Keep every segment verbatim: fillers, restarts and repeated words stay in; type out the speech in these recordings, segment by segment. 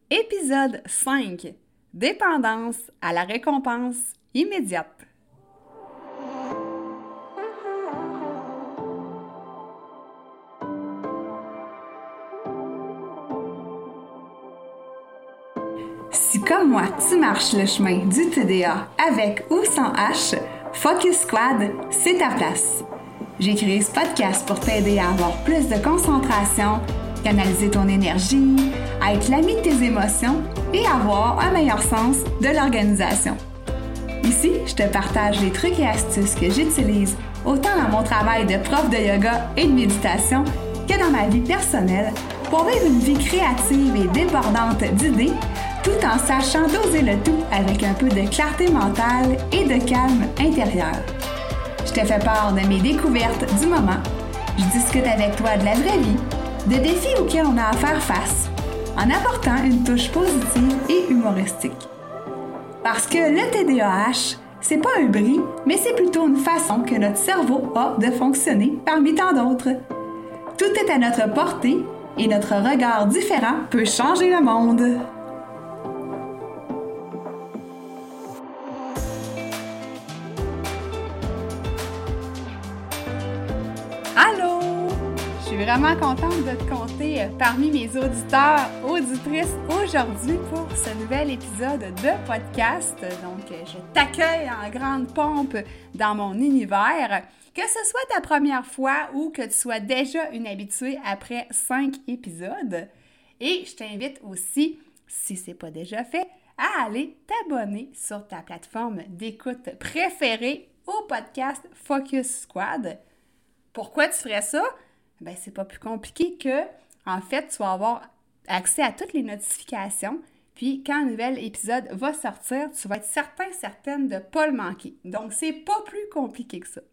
Épisode cinq. Dépendance à la récompense immédiate. Si comme moi, tu marches le chemin du T D A avec ou sans H, Focus Squad, c'est ta place. J'ai créé ce podcast pour t'aider à avoir plus de concentration, canaliser ton énergie, à être l'ami de tes émotions et avoir un meilleur sens de l'organisation. Ici, je te partage les trucs et astuces que j'utilise autant dans mon travail de prof de yoga et de méditation que dans ma vie personnelle pour vivre une vie créative et débordante d'idées tout en sachant doser le tout avec un peu de clarté mentale et de calme intérieur. Je te fais part de mes découvertes du moment. Je discute avec toi de la vraie vie, de défis auxquels on a à faire face, en apportant une touche positive et humoristique. Parce que le T D A H, c'est pas un bris, mais c'est plutôt une façon que notre cerveau a de fonctionner parmi tant d'autres. Tout est à notre portée et notre regard différent peut changer le monde. Allô! Je suis vraiment contente de te compter parmi mes auditeurs, auditrices aujourd'hui pour ce nouvel épisode de podcast. Donc, je t'accueille en grande pompe dans mon univers. Que ce soit ta première fois ou que tu sois déjà une habituée après cinq épisodes. Et je t'invite aussi, si ce n'est pas déjà fait, à aller t'abonner sur ta plateforme d'écoute préférée au podcast Focus Squad. Pourquoi tu ferais ça? Ben, c'est pas plus compliqué que, en fait, tu vas avoir accès à toutes les notifications. Puis, quand un nouvel épisode va sortir, tu vas être certain, certaine de ne pas le manquer. Donc, c'est pas plus compliqué que ça.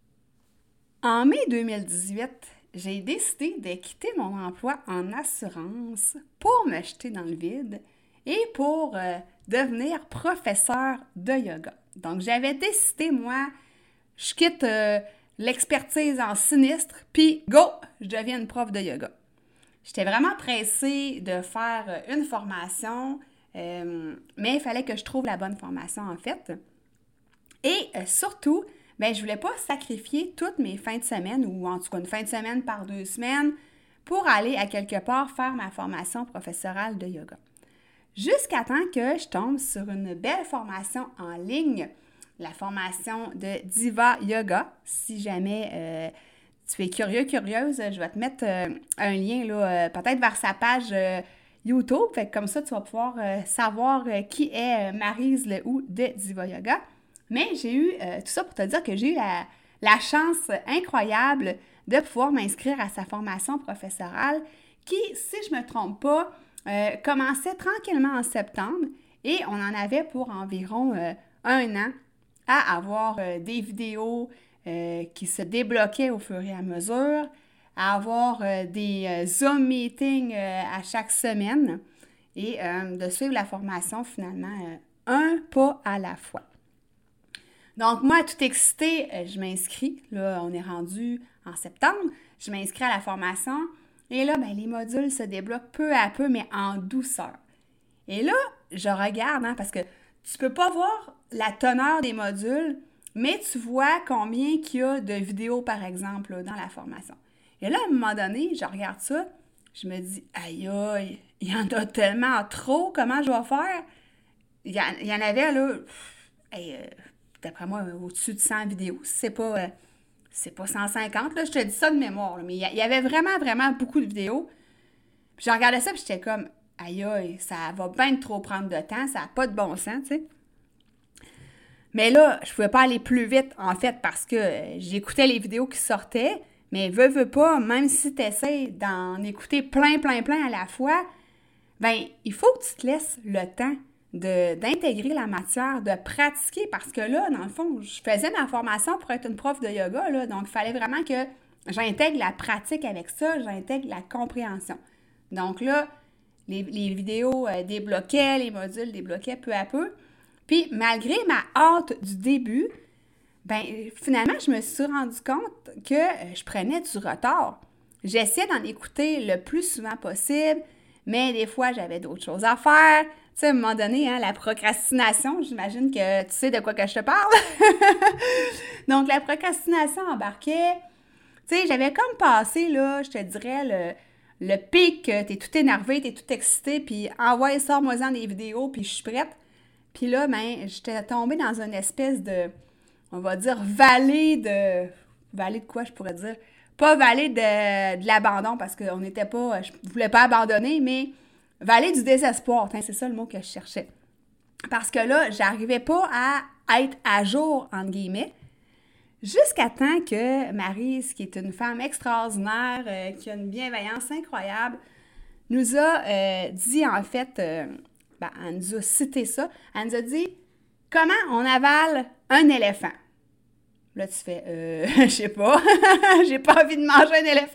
En mai deux mille dix-huit, j'ai décidé de quitter mon emploi en assurance pour me jeter dans le vide et pour euh, devenir professeur de yoga. Donc, j'avais décidé, moi, je quitte... Euh, l'expertise en sinistre, puis go, je deviens une prof de yoga. J'étais vraiment pressée de faire une formation, euh, mais il fallait que je trouve la bonne formation en fait. Et euh, surtout, ben, je ne voulais pas sacrifier toutes mes fins de semaine, ou en tout cas une fin de semaine par deux semaines, pour aller à quelque part faire ma formation professorale de yoga. Jusqu'à temps que je tombe sur une belle formation en ligne, la formation de Diva Yoga. Si jamais euh, tu es curieux, curieuse, je vais te mettre euh, un lien là, euh, peut-être vers sa page euh, YouTube. Fait que comme ça, tu vas pouvoir euh, savoir euh, qui est euh, Maryse Lehoux de Diva Yoga. Mais j'ai eu euh, tout ça pour te dire que j'ai eu la, la chance incroyable de pouvoir m'inscrire à sa formation professorale qui, si je ne me trompe pas, euh, commençait tranquillement en septembre et on en avait pour environ euh, un an à avoir euh, des vidéos euh, qui se débloquaient au fur et à mesure, à avoir euh, des euh, Zoom meetings euh, à chaque semaine et euh, de suivre la formation finalement euh, un pas à la fois. Donc moi, tout excitée, euh, je m'inscris. Là, on est rendu en septembre. Je m'inscris à la formation et là, ben, les modules se débloquent peu à peu, mais en douceur. Et là, je regarde, hein, parce que tu peux pas voir la teneur des modules, mais tu vois combien qu'il y a de vidéos, par exemple, là, dans la formation. Et là, à un moment donné, je regarde ça, je me dis, aïe, aïe, il y en a tellement trop, comment je vais faire? Il y en, il y en avait, là, hey, euh, d'après moi, au-dessus de cent vidéos. C'est pas, euh, c'est pas cent cinquante, là, je te dis ça de mémoire, là, mais il y, il y avait vraiment, vraiment beaucoup de vidéos. Puis je regardais ça, puis j'étais comme, aïe, aïe, ça va bien trop prendre de temps, ça n'a pas de bon sens, tu sais. Mais là, je ne pouvais pas aller plus vite, en fait, parce que j'écoutais les vidéos qui sortaient, mais veux, veux pas, même si tu essaies d'en écouter plein, plein, plein à la fois, bien, il faut que tu te laisses le temps de, d'intégrer la matière, de pratiquer, parce que là, dans le fond, je faisais ma formation pour être une prof de yoga, là, donc il fallait vraiment que j'intègre la pratique avec ça, j'intègre la compréhension. Donc là, les, les vidéos euh, débloquaient, les modules débloquaient peu à peu. Puis, malgré ma hâte du début, ben finalement, je me suis rendu compte que je prenais du retard. J'essayais d'en écouter le plus souvent possible, mais des fois, j'avais d'autres choses à faire. Tu sais, à un moment donné, hein, la procrastination, j'imagine que tu sais de quoi que je te parle. Donc, la procrastination embarquait. Tu sais, j'avais comme passé, là, je te dirais, le, le pic, t'es tout énervé, t'es tout excité, puis envoie, sors-moi-en des vidéos, puis je suis prête. Puis là, ben, j'étais tombée dans une espèce de, on va dire, vallée de... Vallée de quoi, je pourrais dire? Pas vallée de, de l'abandon, parce qu'on n'était pas... Je voulais pas abandonner, mais vallée du désespoir. Hein, c'est ça le mot que je cherchais. Parce que là, j'arrivais pas à être à jour, entre guillemets, jusqu'à temps que Maryse, qui est une femme extraordinaire, euh, qui a une bienveillance incroyable, nous a euh, dit, en fait... Euh, ben, elle nous a cité ça. Elle nous a dit « Comment on avale un éléphant? » Là, tu fais euh, « Je sais pas. J'ai pas envie de manger un éléphant. »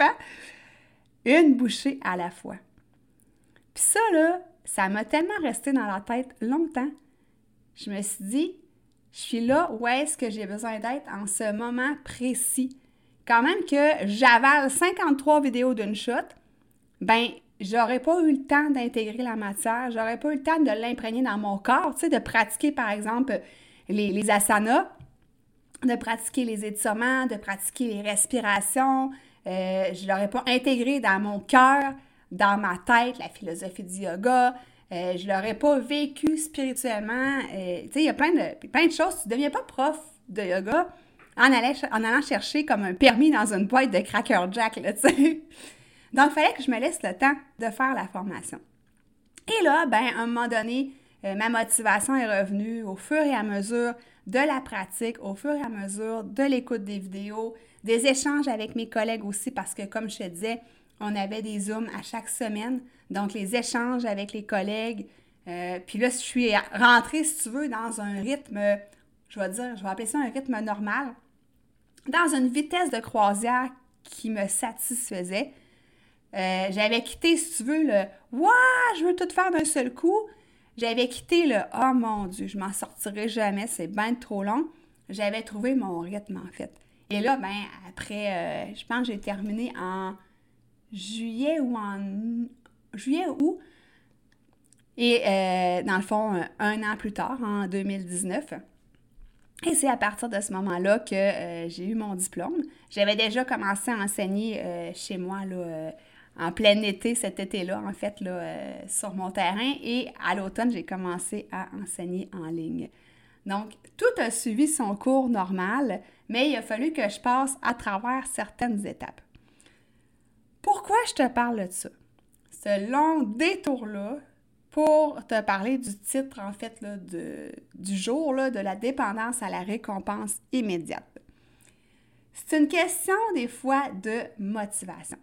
Une bouchée à la fois. Puis ça, là, ça m'a tellement resté dans la tête longtemps. Je me suis dit « Je suis là où est-ce que j'ai besoin d'être en ce moment précis. » Quand même que j'avale cinquante-trois vidéos d'une shot, ben j'aurais pas eu le temps d'intégrer la matière, j'aurais pas eu le temps de l'imprégner dans mon corps, tu sais, de pratiquer, par exemple, les, les asanas, de pratiquer les étirements, de pratiquer les respirations. Euh, je l'aurais pas intégré dans mon cœur, dans ma tête, la philosophie du yoga. Euh, je l'aurais pas vécu spirituellement. Euh, tu sais, il y a plein de, plein de choses. Tu deviens pas prof de yoga en allant, en allant chercher comme un permis dans une boîte de Cracker Jack, là, tu sais. Donc, il fallait que je me laisse le temps de faire la formation. Et là, ben, à un moment donné, euh, ma motivation est revenue au fur et à mesure de la pratique, au fur et à mesure de l'écoute des vidéos, des échanges avec mes collègues aussi, parce que, comme je te disais, on avait des Zooms à chaque semaine. Donc, les échanges avec les collègues. Euh, puis là, je suis rentrée, si tu veux, dans un rythme, je vais dire, je vais appeler ça un rythme normal, dans une vitesse de croisière qui me satisfaisait. Euh, j'avais quitté, si tu veux, le « Ouah, je veux tout faire d'un seul coup ». J'avais quitté le « Oh mon Dieu, je m'en sortirai jamais, c'est bien trop long ». J'avais trouvé mon rythme, en fait. Et là, ben après, euh, je pense que j'ai terminé en juillet ou en... juillet ou... Et euh, dans le fond, un an plus tard, en deux mille dix-neuf. Et c'est à partir de ce moment-là que euh, j'ai eu mon diplôme. J'avais déjà commencé à enseigner euh, chez moi, là, euh, en plein été, cet été-là, en fait, là, euh, sur mon terrain. Et à l'automne, j'ai commencé à enseigner en ligne. Donc, tout a suivi son cours normal, mais il a fallu que je passe à travers certaines étapes. Pourquoi je te parle de ça? Ce long détour-là, pour te parler du titre, en fait, là, de, du jour, là, de la dépendance à la récompense immédiate. C'est une question, des fois, de motivation.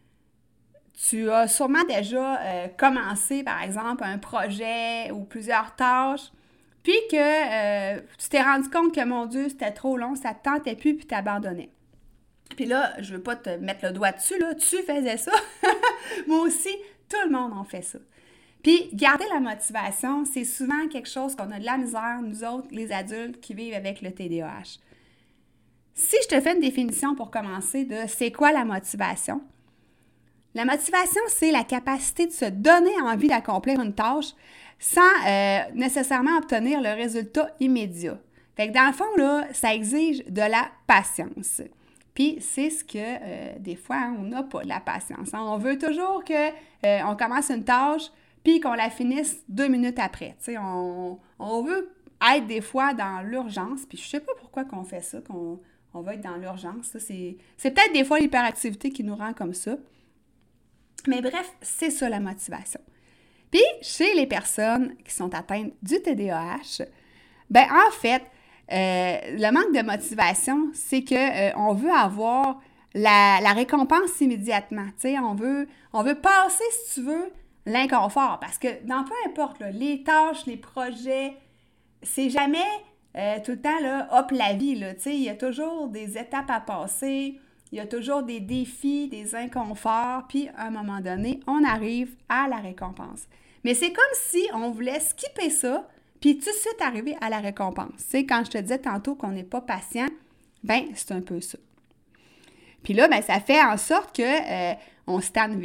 Tu as sûrement déjà euh, commencé, par exemple, un projet ou plusieurs tâches, puis que euh, tu t'es rendu compte que, mon Dieu, c'était trop long, ça ne te tentait plus, puis tu abandonnais. Puis là, je ne veux pas te mettre le doigt dessus, là, tu faisais ça. Moi aussi, tout le monde en fait ça. Puis, garder la motivation, c'est souvent quelque chose qu'on a de la misère, nous autres, les adultes qui vivent avec le T D A H. Si je te fais une définition pour commencer de c'est quoi la motivation? La motivation, c'est la capacité de se donner envie d'accomplir une tâche sans euh, nécessairement obtenir le résultat immédiat. Fait que dans le fond, là, ça exige de la patience. Puis, c'est ce que, euh, des fois, hein, on n'a pas de la patience. Hein? On veut toujours qu'on euh, commence une tâche puis qu'on la finisse deux minutes après. Tu sais, on, on veut être des fois dans l'urgence, puis je sais pas pourquoi qu'on fait ça, qu'on on veut être dans l'urgence. Ça, c'est, c'est peut-être des fois l'hyperactivité qui nous rend comme ça. Mais bref, c'est ça la motivation. Puis, chez les personnes qui sont atteintes du T D A H, ben en fait, euh, le manque de motivation, c'est qu'on euh, veut avoir la, la récompense immédiatement. Tu sais, on veut, on veut passer, si tu veux, l'inconfort. Parce que dans peu importe, là, les tâches, les projets, c'est jamais euh, tout le temps, là, hop, la vie. Là, tu sais, il y a toujours des étapes à passer. Il y a toujours des défis, des inconforts, puis à un moment donné, on arrive à la récompense. Mais c'est comme si on voulait skipper ça, puis tout de suite arriver à la récompense. Tu sais, quand je te disais tantôt qu'on n'est pas patient, bien, c'est un peu ça. Puis là, bien, ça fait en sorte qu'on euh, stagne vite,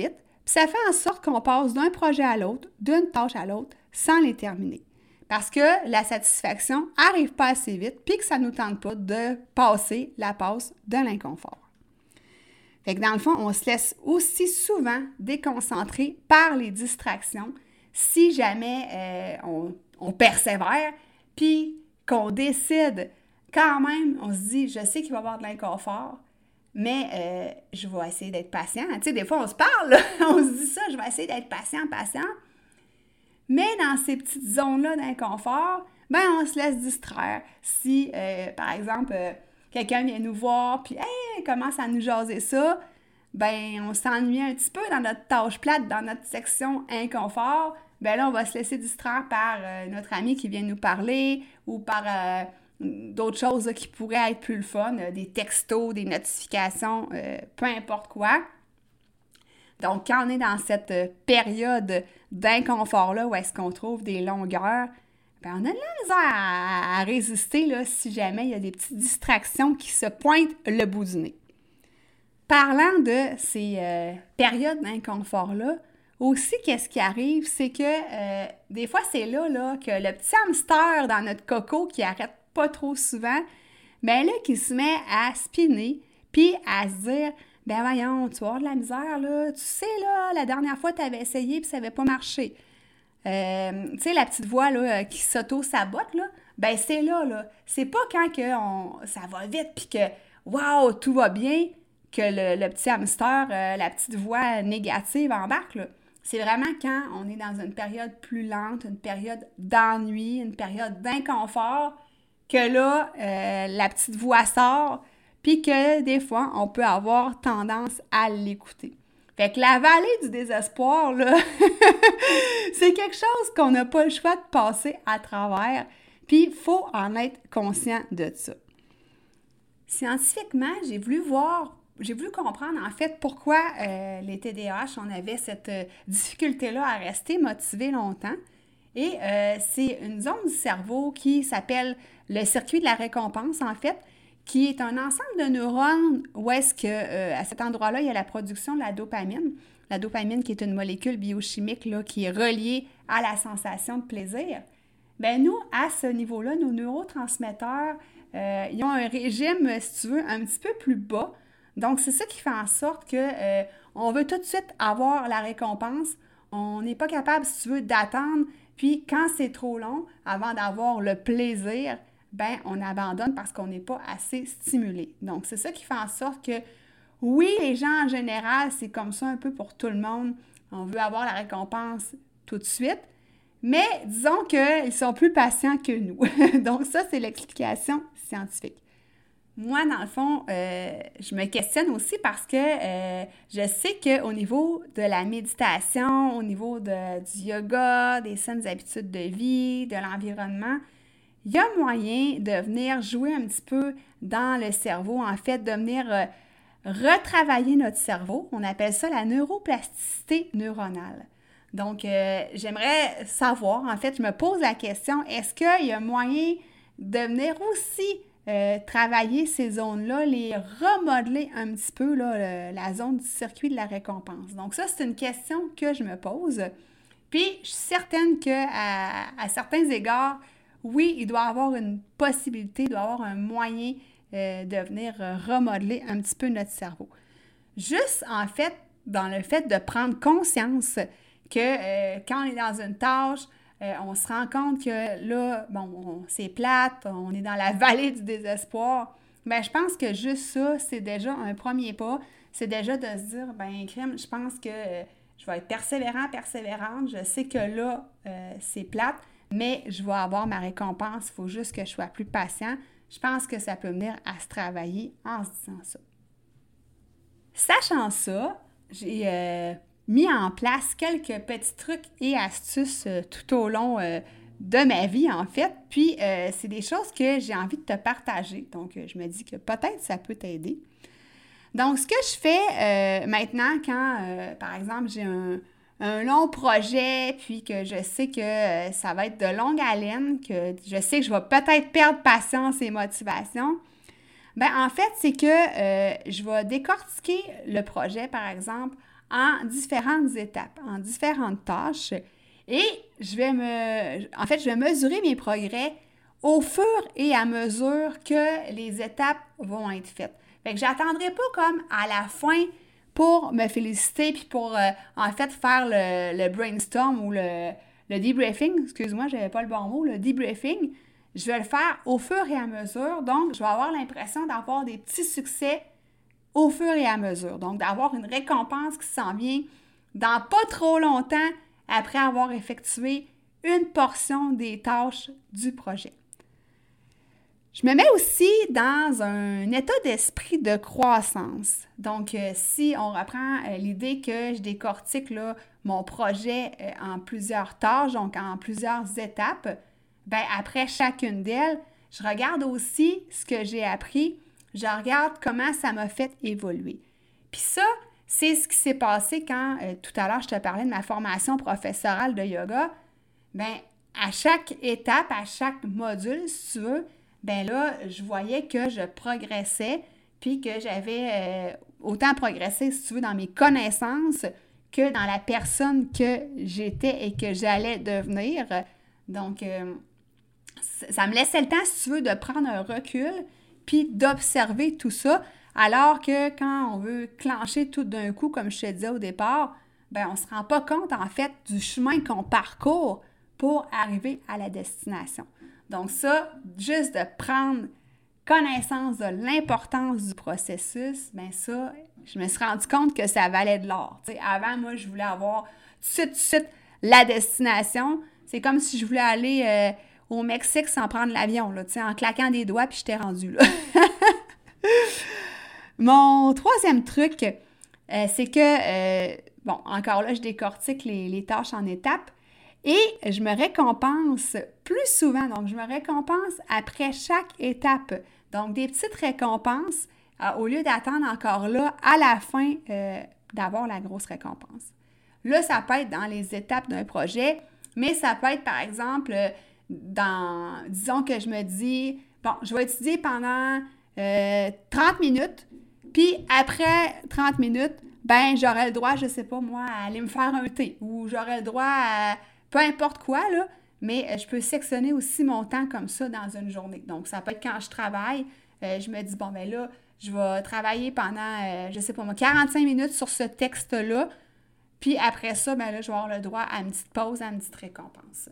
Puis ça fait en sorte qu'on passe d'un projet à l'autre, d'une tâche à l'autre, sans les terminer. Parce que la satisfaction n'arrive pas assez vite, puis que ça ne nous tente pas de passer la passe de l'inconfort. Fait que dans le fond, on se laisse aussi souvent déconcentrer par les distractions si jamais euh, on, on persévère, puis qu'on décide quand même, on se dit, je sais qu'il va y avoir de l'inconfort, mais euh, je vais essayer d'être patient. Tu sais, des fois, on se parle, là, on se dit ça, je vais essayer d'être patient, patient. Mais dans ces petites zones-là d'inconfort, ben on se laisse distraire. Si, euh, par exemple, euh, quelqu'un vient nous voir, puis hey, commence à nous jaser ça, ben on s'ennuie un petit peu dans notre tâche plate, dans notre section inconfort, ben là, on va se laisser distraire par euh, notre ami qui vient nous parler ou par euh, d'autres choses là, qui pourraient être plus le fun, euh, des textos, des notifications, euh, peu importe quoi. Donc, quand on est dans cette période d'inconfort-là, où est-ce qu'on trouve des longueurs, bien, on a de la misère à, à résister là, si jamais il y a des petites distractions qui se pointent le bout du nez. Parlant de ces euh, périodes d'inconfort-là, aussi, qu'est-ce qui arrive, c'est que euh, des fois, c'est là, là que le petit hamster dans notre coco qui arrête pas trop souvent, bien là, qui se met à spinner, puis à se dire « Ben voyons, tu vas avoir de la misère, là. Tu sais, là, la dernière fois, tu avais essayé puis ça n'avait pas marché. Euh, » Tu sais, la petite voix, là, qui s'auto-sabote, là, ben c'est là, là. C'est pas quand que on, ça va vite puis que « Wow, tout va bien » que le, le petit hamster, euh, la petite voix négative embarque, là. C'est vraiment quand on est dans une période plus lente, une période d'ennui, une période d'inconfort, que là, euh, la petite voix sort, puis que des fois, on peut avoir tendance à l'écouter. Fait que la vallée du désespoir, là, c'est quelque chose qu'on n'a pas le choix de passer à travers, puis il faut en être conscient de ça. Scientifiquement, j'ai voulu voir, j'ai voulu comprendre en fait pourquoi euh, les T D A H, on avait cette euh, difficulté-là à rester motivé longtemps. Et euh, c'est une zone du cerveau qui s'appelle le circuit de la récompense, en fait, qui est un ensemble de neurones où est-ce que, euh, à cet endroit-là, il y a la production de la dopamine. La dopamine qui est une molécule biochimique là, qui est reliée à la sensation de plaisir. Bien, nous, à ce niveau-là, nos neurotransmetteurs, euh, ils ont un régime, si tu veux, un petit peu plus bas. Donc, c'est ça qui fait en sorte que euh, on veut tout de suite avoir la récompense. On n'est pas capable, si tu veux, d'attendre. Puis, quand c'est trop long, avant d'avoir le plaisir, ben on abandonne parce qu'on n'est pas assez stimulé. Donc, c'est ça qui fait en sorte que, oui, les gens en général, c'est comme ça un peu pour tout le monde. On veut avoir la récompense tout de suite, mais disons qu'ils sont plus patients que nous. Donc, ça, c'est l'explication scientifique. Moi, dans le fond, euh, je me questionne aussi parce que euh, je sais qu'au niveau de la méditation, au niveau de, du yoga, des saines habitudes de vie, de l'environnement, il y a moyen de venir jouer un petit peu dans le cerveau, en fait, de venir euh, retravailler notre cerveau. On appelle ça la neuroplasticité neuronale. Donc, euh, j'aimerais savoir, en fait, je me pose la question, est-ce qu'il y a moyen de venir aussi euh, travailler ces zones-là, les remodeler un petit peu, là, le, la zone du circuit de la récompense? Donc, ça, c'est une question que je me pose. Puis, je suis certaine qu'à à certains égards, oui, il doit y avoir une possibilité, il doit y avoir un moyen euh, de venir euh, remodeler un petit peu notre cerveau. Juste, en fait, dans le fait de prendre conscience que euh, quand on est dans une tâche, euh, on se rend compte que là, bon, on, c'est plate, on est dans la vallée du désespoir. Bien, je pense que juste ça, c'est déjà un premier pas. C'est déjà de se dire, bien, crime, je pense que euh, je vais être persévérant, persévérante. Je sais que là, euh, c'est plate, mais je vais avoir ma récompense. Il faut juste que je sois plus patient. Je pense que ça peut venir à se travailler en se disant ça. Sachant ça, j'ai euh, mis en place quelques petits trucs et astuces euh, tout au long euh, de ma vie, en fait. Puis, euh, c'est des choses que j'ai envie de te partager. Donc, euh, je me dis que peut-être ça peut t'aider. Donc, ce que je fais euh, maintenant quand, euh, par exemple, j'ai un, un long projet, puis que je sais que euh, ça va être de longue haleine, que je sais que je vais peut-être perdre patience et motivation, bien, en fait, c'est que euh, je vais décortiquer le projet, par exemple, en différentes étapes, en différentes tâches. Et je vais me, en fait, je vais mesurer mes progrès au fur et à mesure que les étapes vont être faites. Fait que j'attendrai pas comme à la fin pour me féliciter puis pour, euh, en fait, faire le, le brainstorm ou le, le debriefing. Excuse-moi, j'avais pas le bon mot, le debriefing. Je vais le faire au fur et à mesure. Donc, je vais avoir l'impression d'avoir des petits succès au fur et à mesure. Donc, d'avoir une récompense qui s'en vient dans pas trop longtemps après avoir effectué une portion des tâches du projet. Je me mets aussi dans un état d'esprit de croissance. Donc, euh, si on reprend euh, l'idée que je décortique là, mon projet euh, en plusieurs tâches, donc en plusieurs étapes, bien, après chacune d'elles, je regarde aussi ce que j'ai appris, je regarde comment ça m'a fait évoluer. Puis ça, c'est ce qui s'est passé quand, euh, tout à l'heure, je te parlais de ma formation professorale de yoga. Bien, à chaque étape, à chaque module, si tu veux, bien là, je voyais que je progressais, puis que j'avais euh, autant progressé, si tu veux, dans mes connaissances que dans la personne que j'étais et que j'allais devenir. Donc, euh, ça me laissait le temps, si tu veux, de prendre un recul, puis d'observer tout ça, alors que quand on veut clencher tout d'un coup, comme je te disais au départ, bien, on ne se rend pas compte, en fait, du chemin qu'on parcourt pour arriver à la destination. Donc ça, juste de prendre connaissance de l'importance du processus, bien ça, je me suis rendu compte que ça valait de l'or. Tu sais, avant, moi, je voulais avoir tout de suite, tout de suite la destination. C'est comme si je voulais aller euh, au Mexique sans prendre l'avion, là, tu sais, en claquant des doigts, puis j'étais rendue là. Mon troisième truc, euh, c'est que, euh, bon, encore là, je décortique les, les tâches en étapes. Et je me récompense plus souvent, donc je me récompense après chaque étape. Donc, des petites récompenses euh, au lieu d'attendre encore là, à la fin, euh, d'avoir la grosse récompense. Là, ça peut être dans les étapes d'un projet, mais ça peut être, par exemple, dans, disons que je me dis, bon, je vais étudier pendant euh, trente minutes, puis après trente minutes, ben j'aurai le droit, je sais pas moi, à aller me faire un thé, ou j'aurai le droit à peu importe quoi, là, mais je peux sectionner aussi mon temps comme ça dans une journée. Donc, ça peut être quand je travaille, euh, je me dis, bon, ben là, je vais travailler pendant, euh, je sais pas moi, quarante-cinq minutes sur ce texte-là, puis après ça, ben là, je vais avoir le droit à une petite pause, à une petite récompense.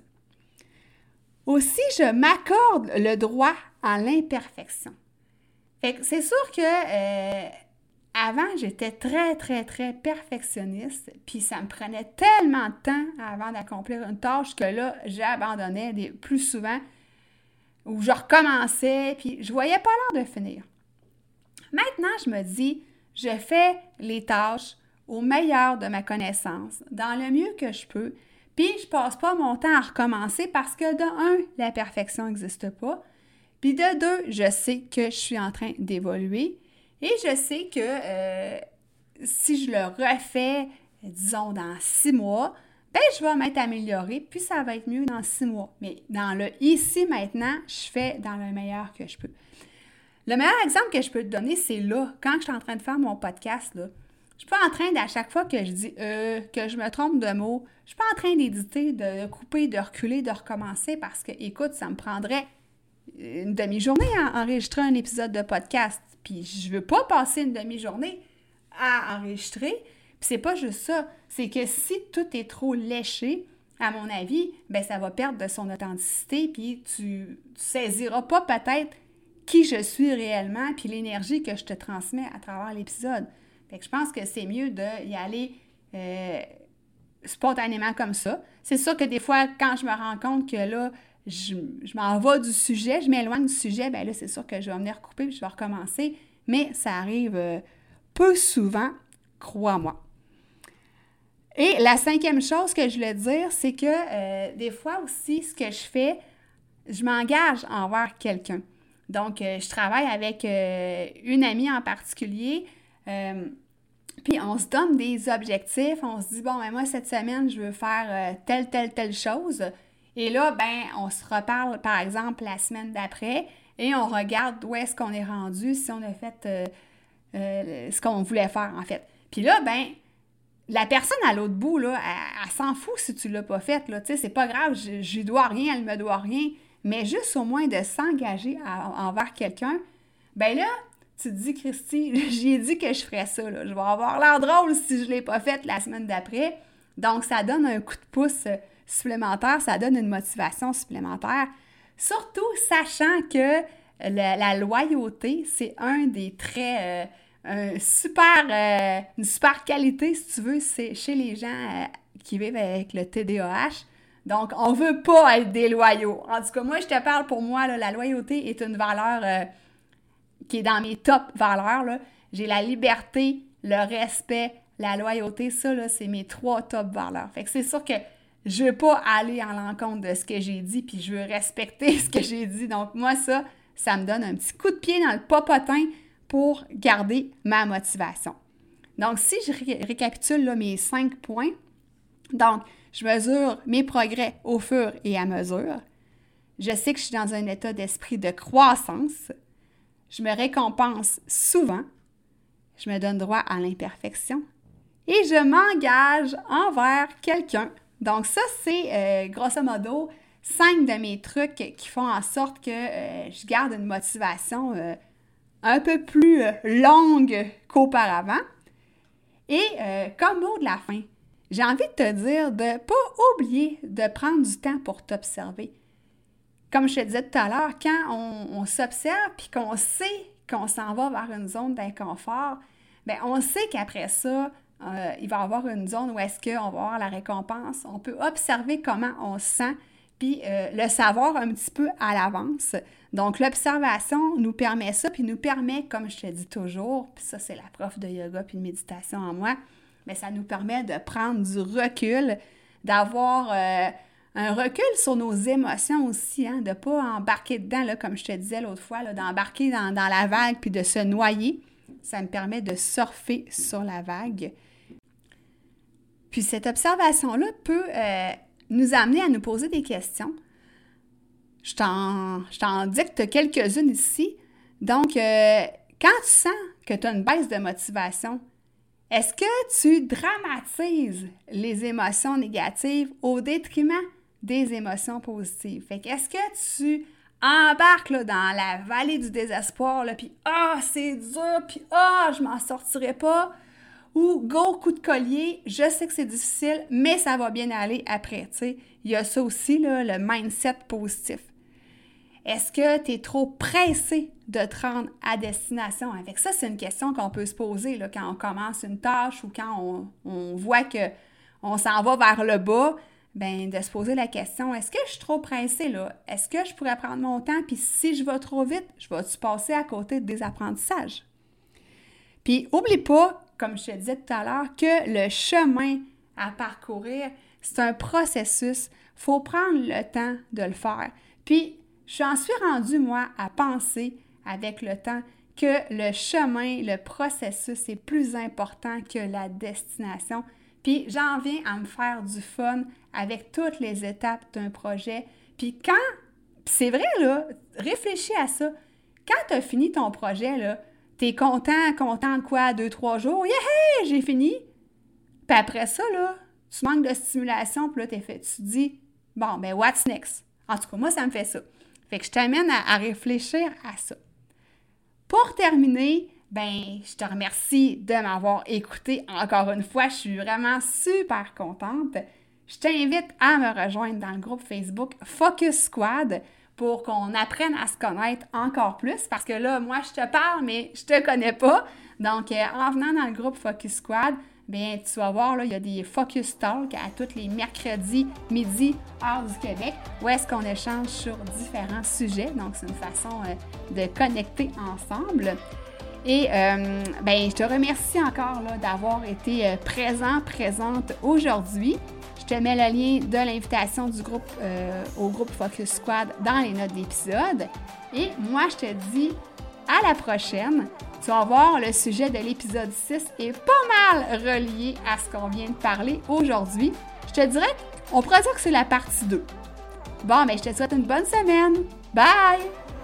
Aussi, je m'accorde le droit à l'imperfection. Fait que c'est sûr que euh, avant, j'étais très, très, très perfectionniste, puis ça me prenait tellement de temps avant d'accomplir une tâche que là, j'abandonnais des, plus souvent, ou je recommençais, puis je voyais pas l'heure de finir. Maintenant, je me dis, je fais les tâches au meilleur de ma connaissance, dans le mieux que je peux, puis je passe pas mon temps à recommencer parce que de un, la perfection n'existe pas, puis de deux, je sais que je suis en train d'évoluer. Et je sais que euh, si je le refais, disons, dans six mois, bien, je vais m'être améliorée, puis ça va être mieux dans six mois. Mais dans le ici, maintenant, je fais dans le meilleur que je peux. Le meilleur exemple que je peux te donner, c'est là, quand je suis en train de faire mon podcast, là. Je suis pas en train, d'à chaque fois que je dis euh, que je me trompe de mots, je suis pas en train d'éditer, de couper, de reculer, de recommencer, parce que, écoute, ça me prendrait une demi-journée à enregistrer un épisode de podcast. Puis je veux pas passer une demi-journée à enregistrer. Puis c'est pas juste ça. C'est que si tout est trop léché, à mon avis, bien ça va perdre de son authenticité. Puis tu ne saisiras pas peut-être qui je suis réellement puis l'énergie que je te transmets à travers l'épisode. Fait que je pense que c'est mieux d'y aller euh, spontanément comme ça. C'est sûr que des fois, quand je me rends compte que là, je, je m'en vais du sujet, je m'éloigne du sujet, bien là, c'est sûr que je vais venir couper puis je vais recommencer, mais ça arrive euh, peu souvent, crois-moi. Et la cinquième chose que je voulais dire, c'est que euh, des fois aussi, ce que je fais, je m'engage envers quelqu'un. Donc, euh, je travaille avec euh, une amie en particulier, euh, puis on se donne des objectifs, on se dit, bon, ben moi, cette semaine, je veux faire euh, telle, telle, telle chose. Et là, ben, on se reparle, par exemple, la semaine d'après et on regarde où est-ce qu'on est rendu, si on a fait euh, euh, ce qu'on voulait faire, en fait. Puis là, ben, la personne à l'autre bout, là, elle, elle s'en fout si tu l'as pas faite, là. Tu sais, c'est pas grave, je, je lui dois rien, elle me doit rien. Mais juste au moins de s'engager à, envers quelqu'un, ben là, tu te dis, Christy, j'ai dit que je ferais ça, là. Je vais avoir l'air drôle si je l'ai pas faite la semaine d'après. Donc, ça donne un coup de pouce supplémentaire, ça donne une motivation supplémentaire. Surtout, sachant que la, la loyauté, c'est un des traits... Euh, Un super, euh, une super qualité, si tu veux, c'est chez les gens euh, qui vivent avec le T D A H. Donc, on veut pas être déloyaux. En tout cas, moi, je te parle pour moi, là, la loyauté est une valeur euh, qui est dans mes top valeurs. Là. J'ai la liberté, le respect, la loyauté. Ça, là, c'est mes trois top valeurs. Fait que c'est sûr que je veux pas aller en l'encontre de ce que j'ai dit, puis je veux respecter ce que j'ai dit. Donc, moi, ça, ça me donne un petit coup de pied dans le popotin pour garder ma motivation. Donc, si je ré- récapitule là, mes cinq points, donc, je mesure mes progrès au fur et à mesure. Je sais que je suis dans un état d'esprit de croissance. Je me récompense souvent. Je me donne droit à l'imperfection. Et je m'engage envers quelqu'un. Donc, ça, c'est euh, grosso modo cinq de mes trucs qui font en sorte que euh, je garde une motivation euh, un peu plus euh, longue qu'auparavant. Et euh, comme mot de la fin, j'ai envie de te dire de ne pas oublier de prendre du temps pour t'observer. Comme je te disais tout à l'heure, quand on, on s'observe puis qu'on sait qu'on s'en va vers une zone d'inconfort, bien, on sait qu'après ça, euh, il va y avoir une zone où est-ce qu'on va avoir la récompense. On peut observer comment on se sent puis euh, le savoir un petit peu à l'avance. Donc, l'observation nous permet ça, puis nous permet, comme je te dis toujours, puis ça, c'est la prof de yoga puis de méditation en moi, mais ça nous permet de prendre du recul, d'avoir euh, un recul sur nos émotions aussi, hein, de ne pas embarquer dedans, là, comme je te disais l'autre fois, là, d'embarquer dans, dans la vague puis de se noyer. Ça me permet de surfer sur la vague. Puis cette observation-là peut euh, nous amener à nous poser des questions. Je t'en, je t'en dicte quelques-unes ici. Donc, euh, quand tu sens que tu as une baisse de motivation, est-ce que tu dramatises les émotions négatives au détriment des émotions positives? Fait que est-ce que tu embarques là, dans la vallée du désespoir, là, puis « Ah, c'est dur, puis ah, je m'en sortirai pas », ou « Go, coup de collier, je sais que c'est difficile, mais ça va bien aller après », tu sais. Il y a ça aussi, là, le mindset positif. Est-ce que tu es trop pressé de te rendre à destination? Avec ça, c'est une question qu'on peut se poser là, quand on commence une tâche ou quand on, on voit qu'on s'en va vers le bas, bien, de se poser la question, est-ce que je suis trop pressée là? Est-ce que je pourrais prendre mon temps? Puis si je vais trop vite, je vais-tu passer à côté des apprentissages? Puis, oublie pas, comme je te disais tout à l'heure, que le chemin à parcourir, c'est un processus. Il faut prendre le temps de le faire. Puis, j'en suis rendue, moi, à penser avec le temps que le chemin, le processus est plus important que la destination. Puis j'en viens à me faire du fun avec toutes les étapes d'un projet. Puis quand, puis c'est vrai, là, réfléchis à ça. Quand tu as fini ton projet, là, tu es content, content de quoi? Deux, trois jours? Yeah, j'ai fini! Puis après ça, là, tu manques de stimulation, puis là, t'es fait, tu te dis, bon, ben, what's next? En tout cas, moi, ça me fait ça. Fait que je t'amène à, à réfléchir à ça. Pour terminer, ben, je te remercie de m'avoir écouté encore une fois. Je suis vraiment super contente. Je t'invite à me rejoindre dans le groupe Facebook Focus Squad pour qu'on apprenne à se connaître encore plus. Parce que là, moi, je te parle, mais je te connais pas. Donc, euh, en venant dans le groupe Focus Squad, bien, tu vas voir, là, il y a des Focus Talk à tous les mercredis, midi, heure du Québec, où est-ce qu'on échange sur différents sujets. Donc, c'est une façon euh, de connecter ensemble. Et, euh, bien, je te remercie encore là, d'avoir été euh, présent, présente aujourd'hui. Je te mets le lien de l'invitation du groupe euh, au groupe Focus Squad dans les notes d'épisode. Et moi, je te dis à la prochaine. Tu vas voir, le sujet de l'épisode six est pas mal relié à ce qu'on vient de parler aujourd'hui. Je te dirais, on pourrait dire que c'est la partie deux. Bon, mais je te souhaite une bonne semaine. Bye!